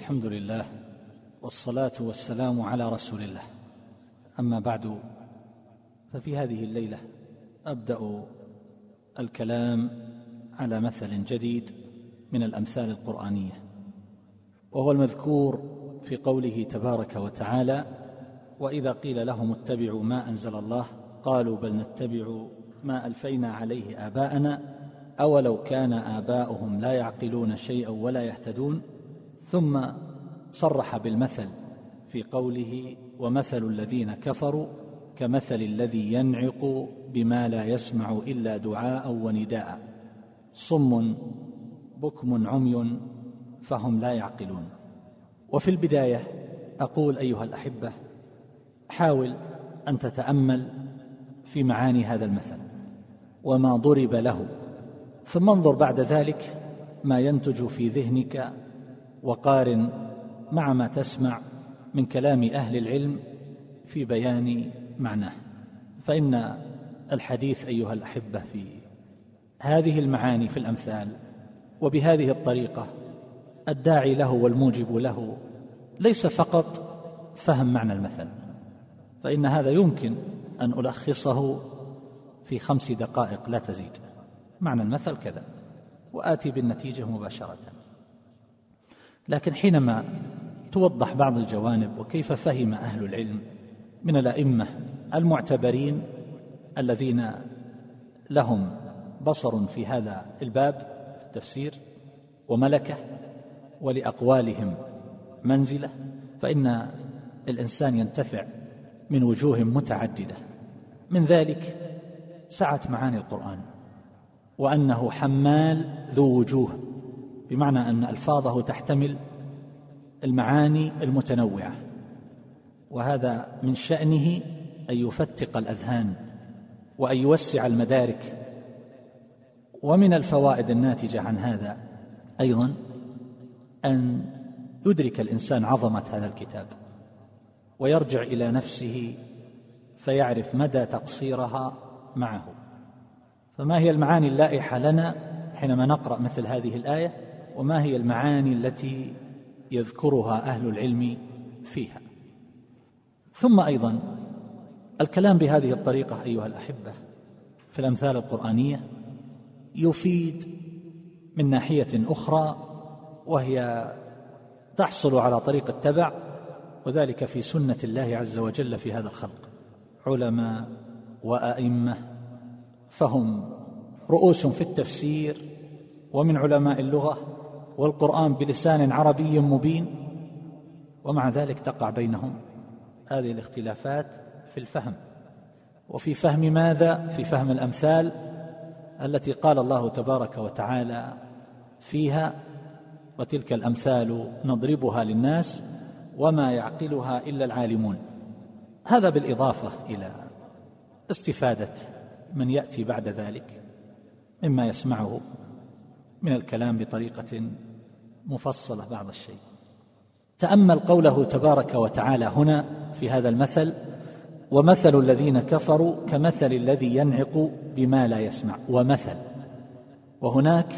والحمد لله والصلاة والسلام على رسول الله. أما بعد، ففي هذه الليلة أبدأ الكلام على مثل جديد من الأمثال القرآنية، وهو المذكور في قوله تبارك وتعالى: وإذا قيل لهم اتبعوا ما أنزل الله قالوا بل نتبع ما ألفينا عليه آباءنا أولو كان آباؤهم لا يعقلون شيئا ولا يهتدون. ثم صرح بالمثل في قوله: ومثل الذين كفروا كمثل الذي ينعق بما لا يسمع إلا دعاء ونداء صم بكم عمي فهم لا يعقلون. وفي البداية أقول أيها الأحبة، حاول أن تتأمل في معاني هذا المثل وما ضرب له، ثم انظر بعد ذلك ما ينتج في ذهنك، وقارن مع ما تسمع من كلام أهل العلم في بيان معناه. فإن الحديث أيها الأحبة في هذه المعاني في الأمثال وبهذه الطريقة الداعي له والموجب له ليس فقط فهم معنى المثل، فإن هذا يمكن أن ألخصه في 5 دقائق لا تزيد. معنى المثل كذا وآتي بالنتيجة مباشرة. لكن حينما توضح بعض الجوانب وكيف فهم أهل العلم من الأئمة المعتبرين الذين لهم بصر في هذا الباب في التفسير وملكة ولأقوالهم منزلة، فإن الإنسان ينتفع من وجوه متعددة. من ذلك سعة معاني القرآن، وأنه حمال ذو وجوه، بمعنى أن ألفاظه تحتمل المعاني المتنوعة، وهذا من شأنه أن يفتق الأذهان وأن يوسع المدارك. ومن الفوائد الناتجة عن هذا أيضا أن يدرك الإنسان عظمة هذا الكتاب ويرجع إلى نفسه فيعرف مدى تقصيرها معه. فما هي المعاني اللائحة لنا حينما نقرأ مثل هذه الآية، وما هي المعاني التي يذكرها أهل العلم فيها؟ ثم أيضا الكلام بهذه الطريقة أيها الأحبة في الأمثال القرآنية يفيد من ناحية أخرى، وهي تحصل على طريق التبع، وذلك في سنة الله عز وجل في هذا الخلق. علماء وأئمة فهم رؤوس في التفسير ومن علماء اللغة، والقرآن بلسان عربي مبين، ومع ذلك تقع بينهم هذه الاختلافات في الفهم. وفي فهم ماذا؟ في فهم الأمثال التي قال الله تبارك وتعالى فيها: وتلك الأمثال نضربها للناس وما يعقلها إلا العالمون. هذا بالإضافة إلى استفادة من يأتي بعد ذلك مما يسمعه من الكلام بطريقة مفصلة بعض الشيء. تأمل قوله تبارك وتعالى هنا في هذا المثل: ومثل الذين كفروا كمثل الذي ينعق بما لا يسمع. ومثل، وهناك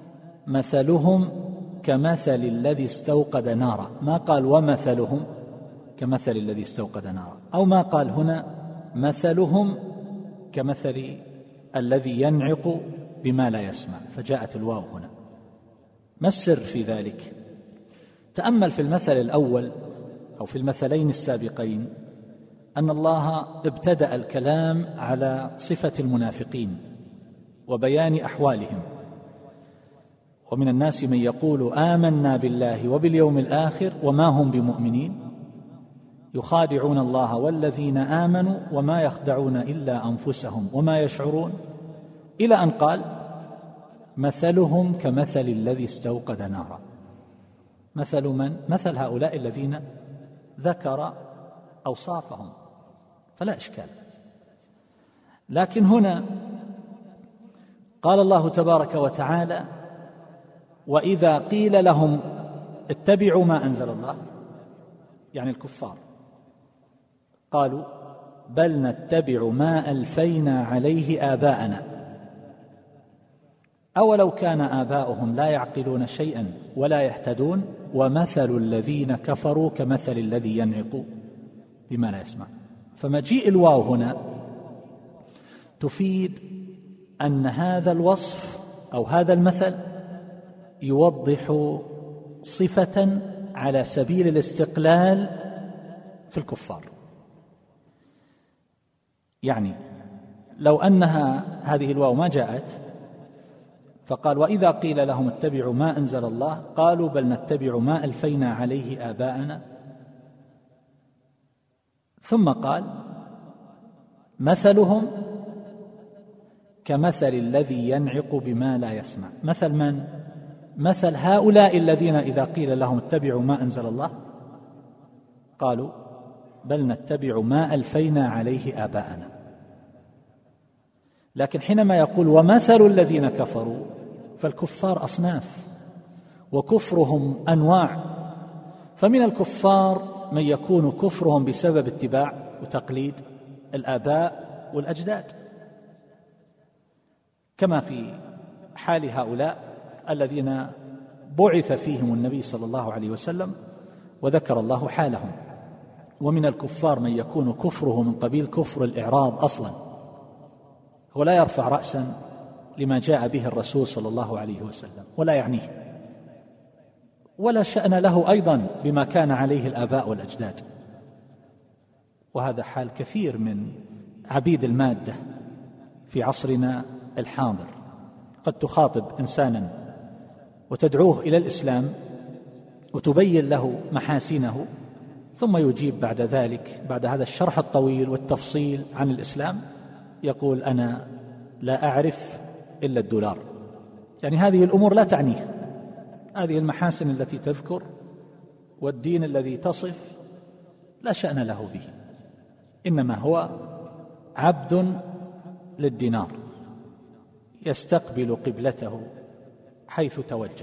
مثلهم كمثل الذي استوقد نارا، ما قال ومثلهم كمثل الذي استوقد نارا، أو ما قال هنا مثلهم كمثل الذي ينعق بما لا يسمع، فجاءت الواو هنا. ما السر في ذلك؟ تأمل في المثل الأول أو في المثلين السابقين أن الله ابتدأ الكلام على صفة المنافقين وبيان أحوالهم. ومن الناس من يقول آمنا بالله وباليوم الآخر وما هم بمؤمنين يخادعون الله والذين آمنوا وما يخدعون إلا أنفسهم وما يشعرون، إلى أن قال: مثلهم كمثل الذي استوقد نارا. مثل من؟ مثل هؤلاء الذين ذكر أوصافهم، فلا إشكال. لكن هنا قال الله تبارك وتعالى: وإذا قيل لهم اتبعوا ما أنزل الله، يعني الكفار، قالوا بل نتبع ما ألفينا عليه آباءنا. أولو كان آباؤهم لا يعقلون شيئا ولا يهتدون ومثل الذين كفروا كمثل الذي ينعق بما لا يسمع. فمجيء الواو هنا تفيد أن هذا الوصف أو هذا المثل يوضح صفة على سبيل الاستقلال في الكفار. يعني لو أنها هذه الواو ما جاءت فقال وإذا قيل لهم اتبعوا ما أنزل الله قالوا بل نتبع ما ألفينا عليه آباءنا، ثم قال مثلهم كمثل الذي ينعق بما لا يسمع. مثل من؟ مثل هؤلاء الذين إذا قيل لهم اتبعوا ما أنزل الله قالوا بل نتبع ما ألفينا عليه آباءنا. لكن حينما يقول ومثل الذين كفروا فالكفار أصناف وكفرهم أنواع، فمن الكفار من يكون كفرهم بسبب اتباع وتقليد الآباء والأجداد، كما في حال هؤلاء الذين بعث فيهم النبي صلى الله عليه وسلم وذكر الله حالهم. ومن الكفار من يكون كفره من قبيل كفر الإعراض أصلا، هو لا يرفع رأسا لما جاء به الرسول صلى الله عليه وسلم ولا يعنيه، ولا شأن له أيضا بما كان عليه الآباء والأجداد. وهذا حال كثير من عبيد المادة في عصرنا الحاضر. قد تخاطب إنسانا وتدعوه إلى الإسلام وتبين له محاسنه، ثم يجيب بعد ذلك بعد هذا الشرح الطويل والتفصيل عن الإسلام يقول أنا لا أعرف إلا الدولار. يعني هذه الأمور لا تعنيه، هذه المحاسن التي تذكر والدين الذي تصف لا شأن له به، إنما هو عبد للدينار يستقبل قبلته حيث توجه.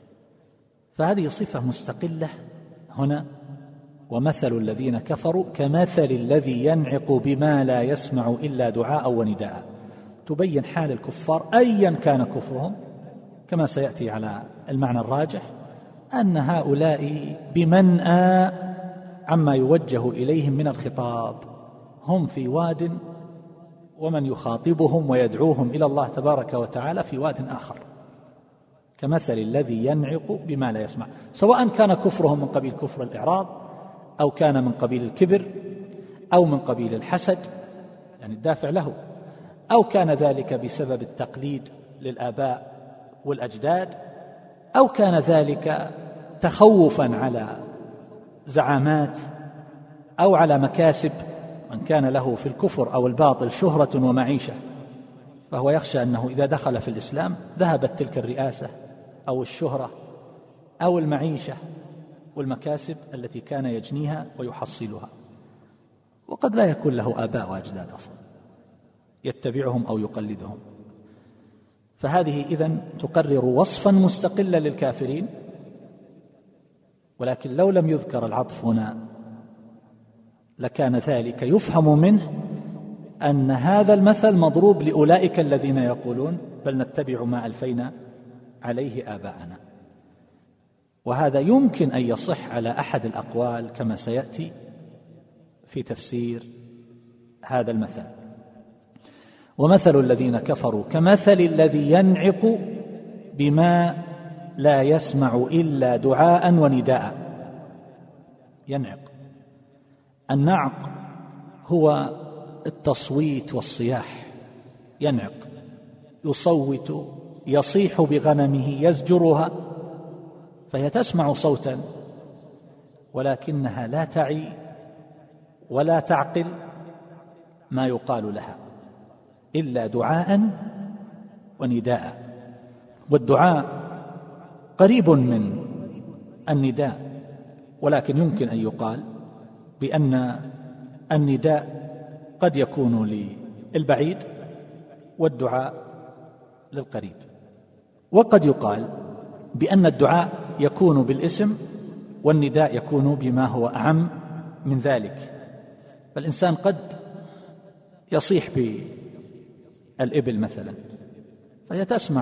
فهذه صفة مستقلة هنا. ومثل الذين كفروا كمثل الذي ينعق بما لا يسمع إلا دعاء ونداء، تبين حال الكفار أيا كان كفرهم، كما سيأتي على المعنى الراجح أن هؤلاء بمنأى عما يوجه إليهم من الخطاب، هم في واد ومن يخاطبهم ويدعوهم إلى الله تبارك وتعالى في واد آخر، كمثل الذي ينعق بما لا يسمع، سواء كان كفرهم من قبيل كفر الإعراض أو كان من قبيل الكبر أو من قبيل الحسد يعني الدافع له، أو كان ذلك بسبب التقليد للآباء والأجداد، أو كان ذلك تخوفا على زعامات أو على مكاسب من كان له في الكفر أو الباطل شهرة ومعيشة، فهو يخشى أنه إذا دخل في الإسلام ذهبت تلك الرئاسة أو الشهرة أو المعيشة والمكاسب التي كان يجنيها ويحصلها، وقد لا يكون له آباء وأجداد أصلا يتبعهم أو يقلدهم. فهذه إذن تقرر وصفا مستقلا للكافرين، ولكن لو لم يذكر العطف هنا لكان ذلك يفهم منه أن هذا المثل مضروب لأولئك الذين يقولون بل نتبع ما ألفينا عليه آباءنا. وهذا يمكن أن يصح على أحد الأقوال كما سيأتي في تفسير هذا المثل. ومثل الذين كفروا كمثل الذي ينعق بما لا يسمع إلا دعاء ونداء. ينعق، النعق هو التصويت والصياح، ينعق يصوت يصيح بغنمه يزجرها، فهي تسمع صوتا ولكنها لا تعي ولا تعقل ما يقال لها إلا دعاء ونداء. والدعاء قريب من النداء، ولكن يمكن أن يقال بأن النداء قد يكون للبعيد والدعاء للقريب، وقد يقال بأن الدعاء يكون بالاسم والنداء يكون بما هو أعم من ذلك. فالإنسان قد يصيح بالإبل مثلا فهي تسمع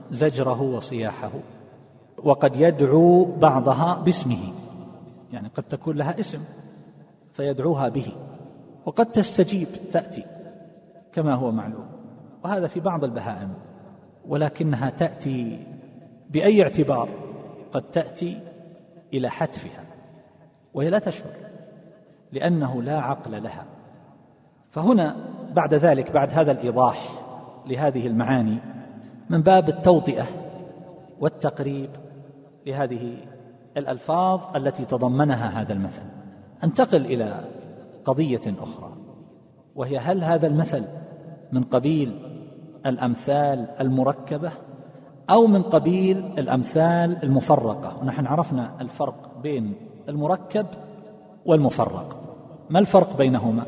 زجره وصياحه، وقد يدعو بعضها باسمه، يعني قد تكون لها اسم فيدعوها به، وقد تستجيب تأتي كما هو معلوم، وهذا في بعض البهائم، ولكنها تأتي بأي اعتبار؟ قد تأتي إلى حتفها وهي لا تشعر، لأنه لا عقل لها. فهنا بعد ذلك، بعد هذا الإيضاح لهذه المعاني من باب التوطئة والتقريب لهذه الألفاظ التي تضمنها هذا المثل، انتقل إلى قضية أخرى، وهي هل هذا المثل من قبيل الأمثال المركبة أو من قبيل الأمثال المفرقة؟ ونحن عرفنا الفرق بين المركب والمفرق. ما الفرق بينهما؟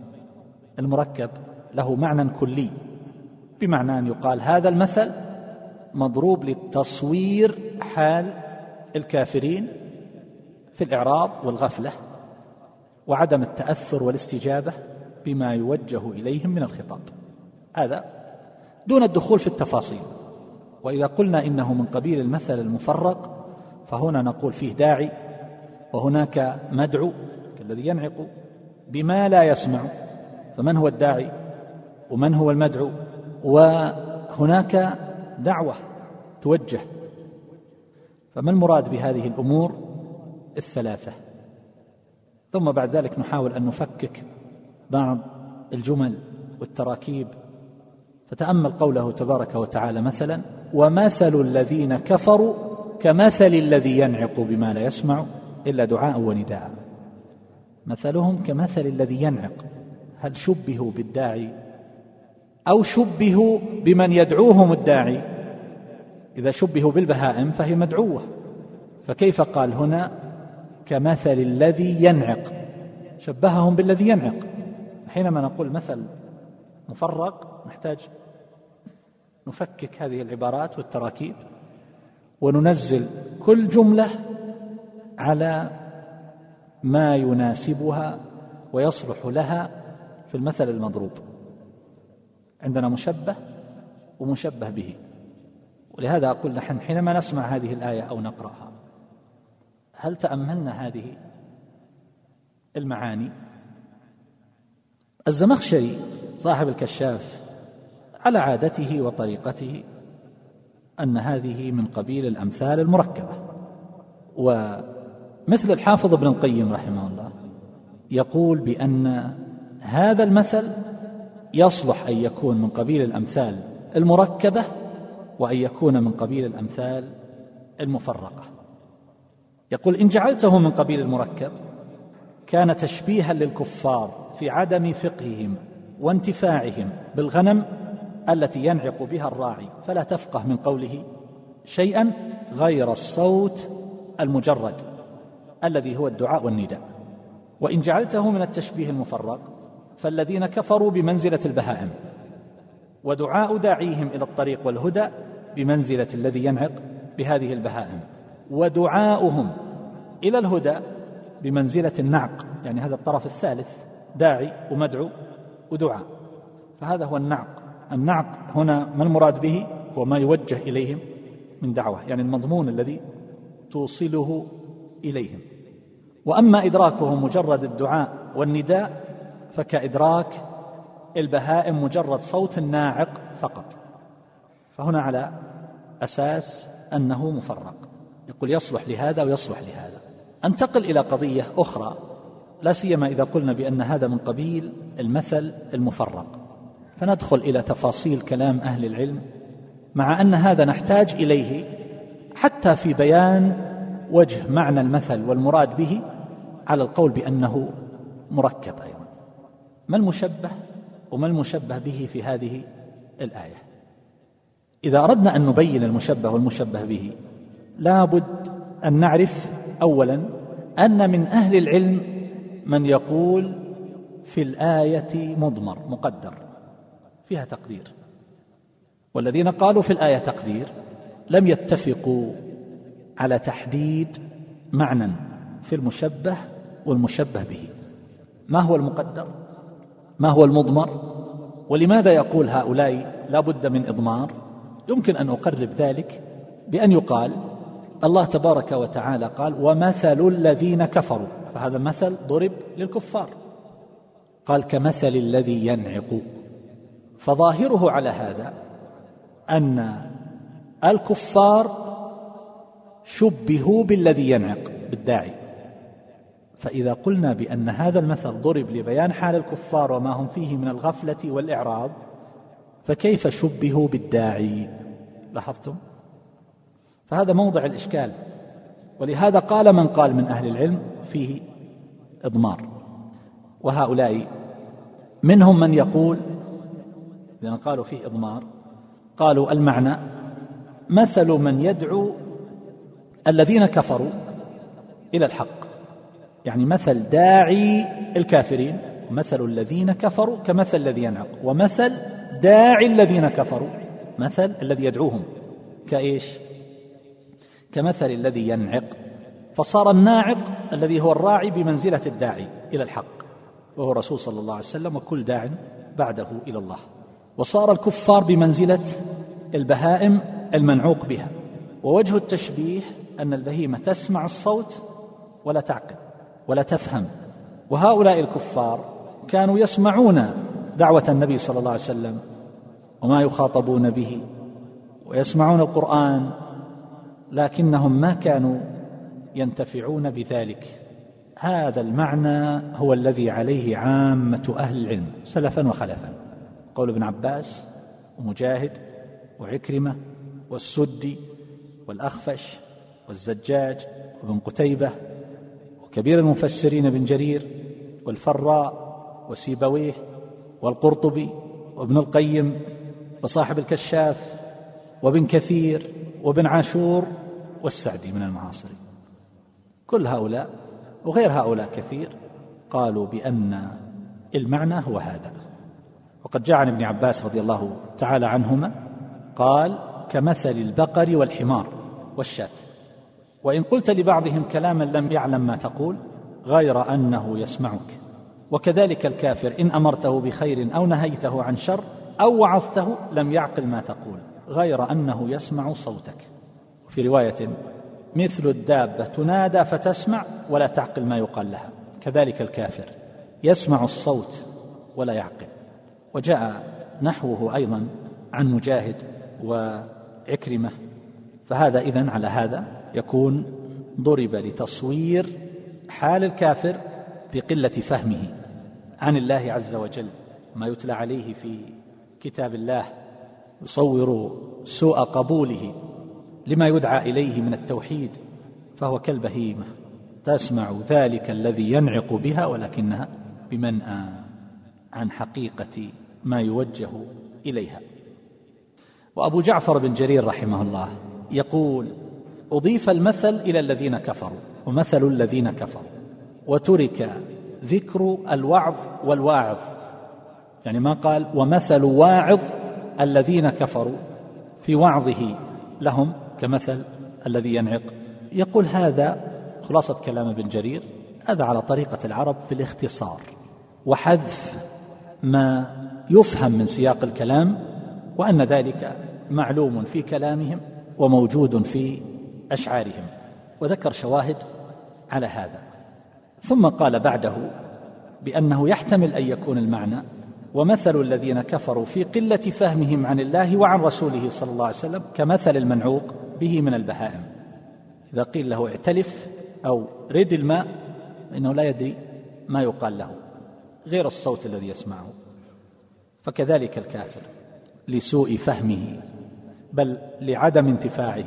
المركب له معنى كلي، بمعنى أن يقال هذا المثل مضروب للتصوير حال الكافرين في الإعراض والغفلة وعدم التأثر والاستجابة بما يوجه إليهم من الخطاب، هذا دون الدخول في التفاصيل. وإذا قلنا إنه من قبيل المثل المفرق فهنا نقول فيه داعي، وهناك مدعو كالذي ينعق بما لا يسمع، فمن هو الداعي ومن هو المدعو؟ وهناك دعوة توجه. فما المراد بهذه الأمور الثلاثة؟ ثم بعد ذلك نحاول أن نفكك بعض الجمل والتراكيب. فتأمل قوله تبارك وتعالى مثلا: ومثل الذين كفروا كمثل الذي ينعق بما لا يسمع إلا دعاء ونداء. مثلهم كمثل الذي ينعق، هل شبهوا بالداعي أو شبهوا بمن يدعوهم الداعي؟ إذا شبهوا بالبهائم فهي مدعوة، فكيف قال هنا كمثل الذي ينعق؟ شبههم بالذي ينعق. حينما نقول مثل مفرق نحتاج نفكك هذه العبارات والتراكيب وننزل كل جملة على ما يناسبها ويصلح لها في المثل المضروب. عندنا مشبه ومشبه به، ولهذا أقول نحن حينما نسمع هذه الآية أو نقرأها هل تأملنا هذه المعاني؟ الزمخشري صاحب الكشاف على عادته وطريقته أن هذه من قبيل الأمثال المركبة، ومثل الحافظ ابن القيم رحمه الله يقول بأن هذا المثل يصلح أن يكون من قبيل الأمثال المركبة وأن يكون من قبيل الأمثال المفرقة. يقول: إن جعلته من قبيل المركب كان تشبيها للكفار في عدم فقههم وانتفاعهم بالغنم التي ينعق بها الراعي فلا تفقه من قوله شيئا غير الصوت المجرد الذي هو الدعاء والنداء. وإن جعلته من التشبيه المفرق فالذين كفروا بمنزلة البهائم، ودعاء داعيهم إلى الطريق والهدى بمنزلة الذي ينعق بهذه البهائم، ودعاؤهم إلى الهدى بمنزلة النعق، يعني هذا الطرف الثالث، داعي ومدعو ودعاء، فهذا هو النعق. النعق هنا ما المراد به؟ هو ما يوجه إليهم من دعوة، يعني المضمون الذي توصله إليهم. وأما إدراكهم مجرد الدعاء والنداء فكإدراك البهائم مجرد صوت الناعق فقط، فهنا على أساس أنه مفرق. يقول يصلح لهذا ويصلح لهذا. أنتقل إلى قضية أخرى، لا سيما إذا قلنا بأن هذا من قبيل المثل المفرق، فندخل إلى تفاصيل كلام أهل العلم، مع أن هذا نحتاج إليه حتى في بيان وجه معنى المثل والمراد به على القول بأنه مركب أيضا. ما المشبه وما المشبه به في هذه الآية؟ إذا أردنا أن نبين المشبه والمشبه به لا بد أن نعرف أولا أن من أهل العلم من يقول في الآية مضمر مقدر فيها تقدير، والذين قالوا في الآية تقدير لم يتفقوا على تحديد معنى في المشبه والمشبه به. ما هو المقدر؟ ما هو المضمر؟ ولماذا يقول هؤلاء لا بد من إضمار يمكن أن أقرب ذلك بأن يقال الله تبارك وتعالى قال ومثل الذين كفروا، فهذا مثل ضرب للكفار، قال كمثل الذي ينعق، فظاهره على هذا أن الكفار شبهوا بالذي ينعق بالداعي. فإذا قلنا بأن هذا المثل ضرب لبيان حال الكفار وما هم فيه من الغفلة والإعراض، فكيف شبهوا بالداعي؟ لاحظتم؟ فهذا موضع الإشكال، ولهذا قال من قال من أهل العلم فيه إضمار. وهؤلاء منهم من يقول إذا قالوا فيه إضمار قالوا المعنى مثل من يدعو الذين كفروا إلى الحق، يعني مثل داعي الكافرين، مثل الذين كفروا كمثل الذي ينعق، ومثل داعي الذين كفروا مثل الذي يدعوهم كإيش؟ كمثل الذي ينعق، فصار الناعق الذي هو الراعي بمنزلة الداعي إلى الحق وهو رسول صلى الله عليه وسلم وكل داع بعده إلى الله، وصار الكفار بمنزلة البهائم المنعوق بها. ووجه التشبيه أن البهيمة تسمع الصوت ولا تعقل ولا تفهم، وهؤلاء الكفار كانوا يسمعون دعوة النبي صلى الله عليه وسلم وما يخاطبون به ويسمعون القرآن، لكنهم ما كانوا ينتفعون بذلك. هذا المعنى هو الذي عليه عامة أهل العلم سلفا وخلفا، قول ابن عباس ومجاهد وعكرمة والسدي والأخفش والزجاج وابن قتيبة وكبير المفسرين ابن جرير والفراء وسيبويه والقرطبي وابن القيم وصاحب الكشاف وابن كثير وابن عاشور والسعدي من المعاصرين. كل هؤلاء وغير هؤلاء كثير قالوا بأن المعنى هو هذا. وقد جاء عن ابن عباس رضي الله تعالى عنهما قال كمثل البقر والحمار والشاة. وإن قلت لبعضهم كلاما لم يعلم ما تقول غير أنه يسمعك، وكذلك الكافر إن أمرته بخير أو نهيته عن شر أو وعظته لم يعقل ما تقول غير أنه يسمع صوتك. في رواية مثل الدابة تنادى فتسمع ولا تعقل ما يقال لها، كذلك الكافر يسمع الصوت ولا يعقل. وجاء نحوه أيضا عن مجاهد وعكرمة. فهذا إذن على هذا يكون ضرب لتصوير حال الكافر في قلة فهمه عن الله عز وجل، ما يتلى عليه في كتاب الله يصور سوء قبوله لما يدعى إليه من التوحيد، فهو كالبهيمة تسمع ذلك الذي ينعق بها ولكنها بمنأى عن حقيقة ما يوجه إليها. وأبو جعفر بن جرير رحمه الله يقول أضيف المثل إلى الذين كفروا ومثل الذين كفروا، وترك ذكر الوعظ والواعظ، يعني ما قال ومثل واعظ الذين كفروا في وعظه لهم كمثل الذي ينعق. يقول هذا خلاصة كلام ابن جرير، هذا على طريقة العرب في الاختصار وحذف ما يفهم من سياق الكلام، وأن ذلك معلوم في كلامهم وموجود في أشعارهم، وذكر شواهد على هذا. ثم قال بعده بأنه يحتمل أن يكون المعنى ومثل الذين كفروا في قلة فهمهم عن الله وعن رسوله صلى الله عليه وسلم كمثل المنعوق به من البهائم، إذا قيل له اعتلف أو رد الماء فإنه لا يدري ما يقال له غير الصوت الذي يسمعه. فكذلك الكافر لسوء فهمه بل لعدم انتفاعه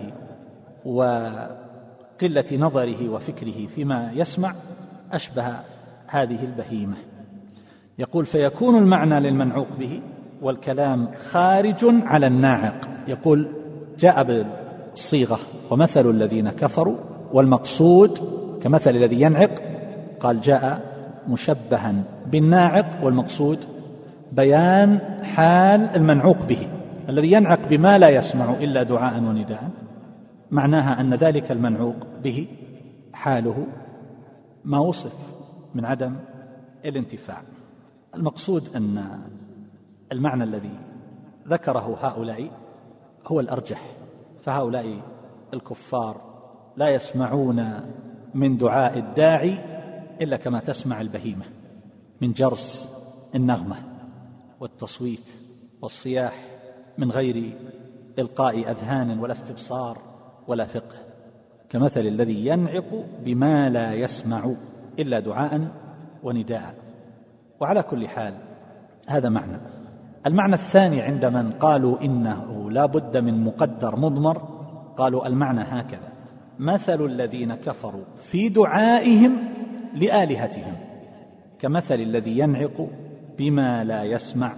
وقلة نظره وفكره فيما يسمع أشبه هذه البهيمة. يقول فيكون المعنى للمنعوق به والكلام خارج على الناعق. يقول جاء بالصيغة ومثل الذين كفروا، والمقصود كمثل الذي ينعق، قال جاء مشبها بالناعق، والمقصود بيان حال المنعوق به الذي ينعق بما لا يسمع إلا دعاء ونداء، معناها أن ذلك المنعوق به حاله ما وصف من عدم الانتفاع. المقصود أن المعنى الذي ذكره هؤلاء هو الأرجح. فهؤلاء الكفار لا يسمعون من دعاء الداعي إلا كما تسمع البهيمة من جرس النغمة والتصويت والصياح، من غير إلقاء أذهان ولا استبصار ولا فقه، كمثل الذي ينعق بما لا يسمع إلا دعاء ونداء. وعلى كل حال هذا معنى. المعنى الثاني عند من قالوا إنه لا بد من مقدر مضمر، قالوا المعنى هكذا: مثل الذين كفروا في دعائهم لآلهتهم كمثل الذي ينعق بما لا يسمع،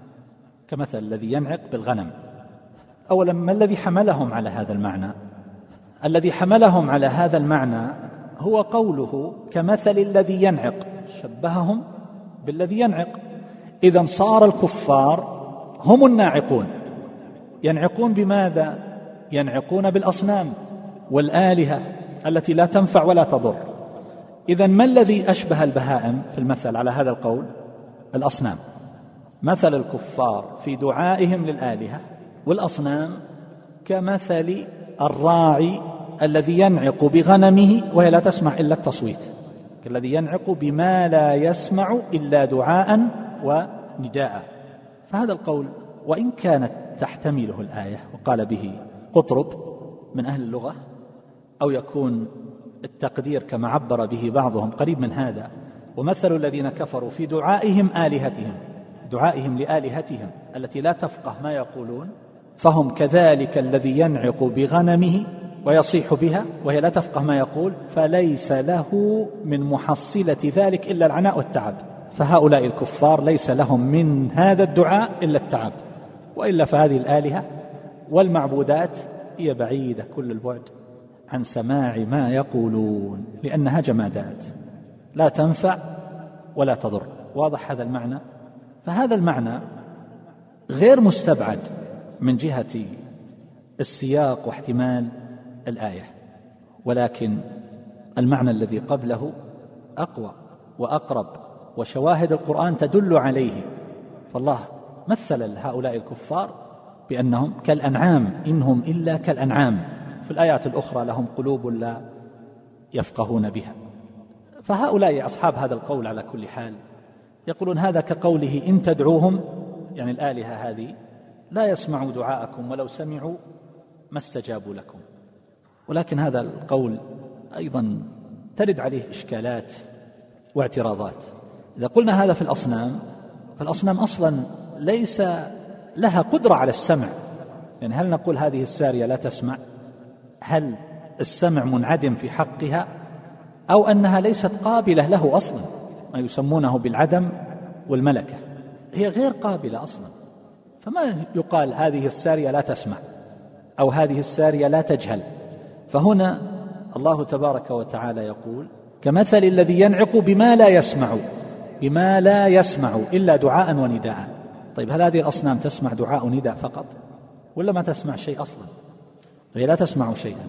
كمثل الذي ينعق بالغنم. أولا، ما الذي حملهم على هذا المعنى؟ الذي حملهم على هذا المعنى هو قوله كمثل الذي ينعق، شبههم بالذي ينعق. إذن صار الكفار هم الناعقون. ينعقون بماذا؟ ينعقون بالأصنام والآلهة التي لا تنفع ولا تضر. إذن ما الذي أشبه البهائم في المثل على هذا القول؟ الأصنام. مثل الكفار في دعائهم للآلهة والأصنام كمثل الراعي الذي ينعق بغنمه وهي لا تسمع إلا التصويت، كالذي ينعق بما لا يسمع إلا دعاء ونداء. فهذا القول وإن كانت تحتمله الآية وقال به قطرب من أهل اللغة، أو يكون التقدير كما عبر به بعضهم قريب من هذا: ومثل الذين كفروا في دعائهم آلهتهم، دعائهم لآلهتهم التي لا تفقه ما يقولون، فهم كذلك الذي ينعق بغنمه ويصيح بها وهي لا تفقه ما يقول، فليس له من محصلة ذلك إلا العناء والتعب. فهؤلاء الكفار ليس لهم من هذا الدعاء إلا التعب، وإلا فهذه الآلهة والمعبودات هي بعيدة كل البعد عن سماع ما يقولون، لأنها جمادات لا تنفع ولا تضر. واضح هذا المعنى؟ فهذا المعنى غير مستبعد من جهة السياق واحتمال الآية، ولكن المعنى الذي قبله أقوى وأقرب، وشواهد القرآن تدل عليه. فالله مثل هؤلاء الكفار بأنهم كالأنعام إنهم إلا كالأنعام، في الآيات الأخرى لهم قلوب لا يفقهون بها. فهؤلاء أصحاب هذا القول على كل حال يقولون هذا كقوله إن تدعوهم، يعني الآلهة هذه لا يسمعوا دعاءكم ولو سمعوا ما استجابوا لكم. ولكن هذا القول أيضا ترد عليه إشكالات واعتراضات. إذا قلنا هذا في الأصنام، فالأصنام أصلا ليس لها قدرة على السمع، يعني هل نقول هذه السارية لا تسمع؟ هل السمع منعدم في حقها، أو أنها ليست قابلة له أصلا، ما يسمونه بالعدم والملكة، هي غير قابلة أصلا. فما يقال هذه السارية لا تسمع أو هذه السارية لا تجهل. فهنا الله تبارك وتعالى يقول كمثل الذي ينعق بما لا يسمع، بما لا يسمع إلا دعاء ونداء. طيب هل هذه الأصنام تسمع دعاء ونداء فقط، ولا ما تسمع شيء أصلا؟ هي لا تسمع شيئا.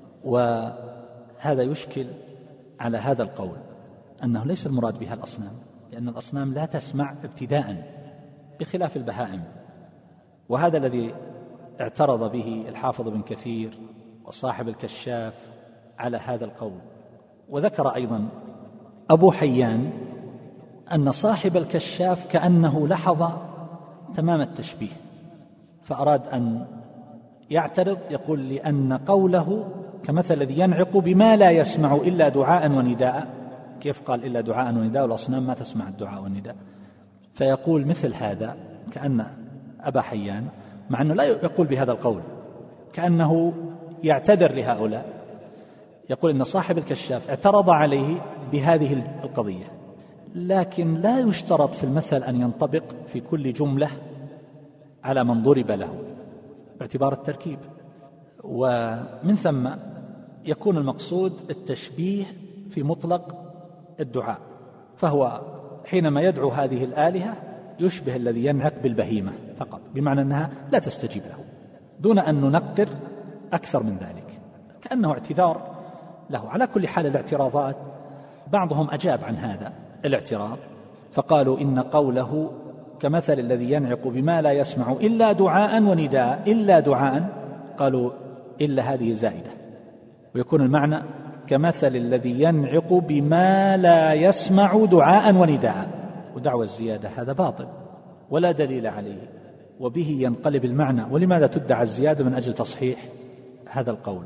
وهذا يشكل على هذا القول أنه ليس المراد بها الأصنام، لأن الأصنام لا تسمع ابتداء بخلاف البهائم. وهذا الذي اعترض به الحافظ بن كثير وصاحب الكشاف على هذا القول. وذكر أيضا أبو حيان أن صاحب الكشاف كأنه لاحظ تمام التشبيه فأراد أن يعترض، يقول لأن قوله كمثل الذي ينعق بما لا يسمع إلا دعاء ونداء، كيف قال إلا دعاء ونداء والأصنام ما تسمع الدعاء والنداء؟ فيقول مثل هذا كأن أبا حيان مع أنه لا يقول بهذا القول، كأنه يعتذر لهؤلاء، يقول إن صاحب الكشاف اعترض عليه بهذه القضية، لكن لا يشترط في المثل أن ينطبق في كل جملة على من ضرب له باعتبار التركيب. ومن ثم يكون المقصود التشبيه في مطلق الدعاء، فهو حينما يدعو هذه الآلهة يشبه الذي ينعق بالبهيمة فقط، بمعنى أنها لا تستجيب له، دون أن ننقر أكثر من ذلك، كأنه اعتذار له. على كل حال الاعتراضات بعضهم أجاب عن هذا الاعتراض فقالوا إن قوله كمثل الذي ينعق بما لا يسمع إلا دعاء ونداء. إلا دعاء، قالوا إلا هذه زائدة، ويكون المعنى كمثل الذي ينعق بما لا يسمع دعاء ونداء. ودعوى الزيادة هذا باطل ولا دليل عليه، وبه ينقلب المعنى. ولماذا تدعى الزيادة؟ من أجل تصحيح هذا القول.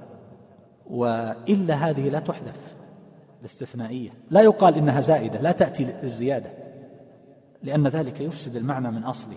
وإلا هذه لا تحذف، الاستثنائية لا يقال إنها زائدة، لا تأتي الزيادة، لأن ذلك يفسد المعنى من أصله.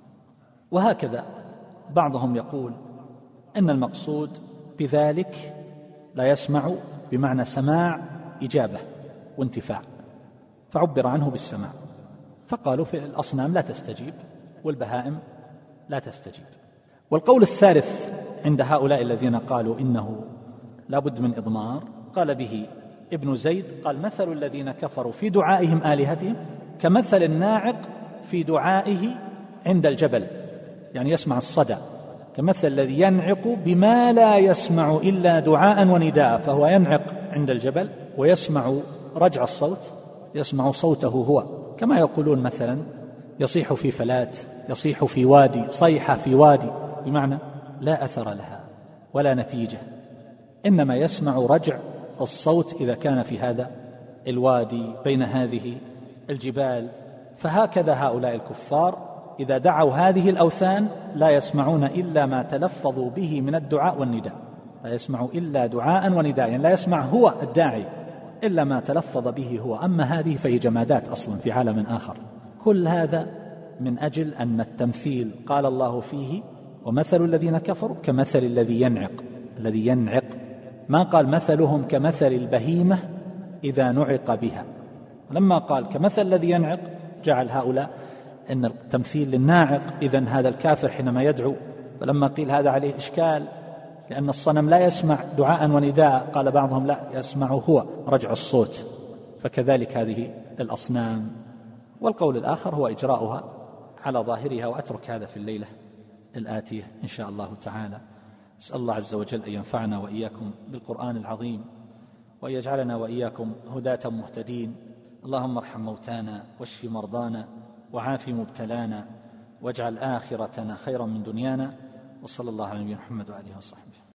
وهكذا بعضهم يقول إن المقصود بذلك لا يسمع بمعنى سماع إجابة وانتفاع، فعبر عنه بالسماع، فقالوا في الأصنام لا تستجيب والبهائم لا تستجيب. والقول الثالث عند هؤلاء الذين قالوا إنه لا بد من إضمار، قال به ابن زيد، قال مثل الذين كفروا في دعائهم آلهتهم كمثل الناعق في دعائه عند الجبل، يعني يسمع الصدى، كمثل الذي ينعق بما لا يسمع إلا دعاء ونداء، فهو ينعق عند الجبل ويسمع رجع الصوت، يسمع صوته هو، كما يقولون مثلا يصيح في فلات، يصيح في وادي، صيحة في وادي، بمعنى لا أثر لها ولا نتيجة، إنما يسمع رجع الصوت إذا كان في هذا الوادي بين هذه الجبال. فهكذا هؤلاء الكفار إذا دعوا هذه الأوثان لا يسمعون إلا ما تلفظوا به من الدعاء والنداء، لا يسمع إلا دعاء ونداء، يعني لا يسمع هو الداعي إلا ما تلفظ به هو. أما هذه فهي جمادات أصلا في عالم آخر. كل هذا من أجل أن التمثيل قال الله فيه ومثل الذين كفروا كمثل الذي ينعق، ما قال مثلهم كمثل البهيمة إذا نعق بها. ولما قال كمثل الذي ينعق جعل هؤلاء أن التمثيل للناعق، إذن هذا الكافر حينما يدعو، فلما قيل هذا عليه إشكال لأن الصنم لا يسمع دعاء ونداء، قال بعضهم لا يسمع هو رجع الصوت، فكذلك هذه الأصنام. والقول الآخر هو إجراؤها على ظاهرها، وأترك هذا في الليلة الآتية إن شاء الله تعالى. أسأل الله عز وجل أن ينفعنا وإياكم بالقرآن العظيم، وأن يجعلنا وإياكم هداة مهتدين. اللهم ارحم موتانا واشف مرضانا وعاف مبتلانا، واجعل آخرتنا خيرا من دنيانا. وصلى الله على نبينا محمد وآله وصحبه.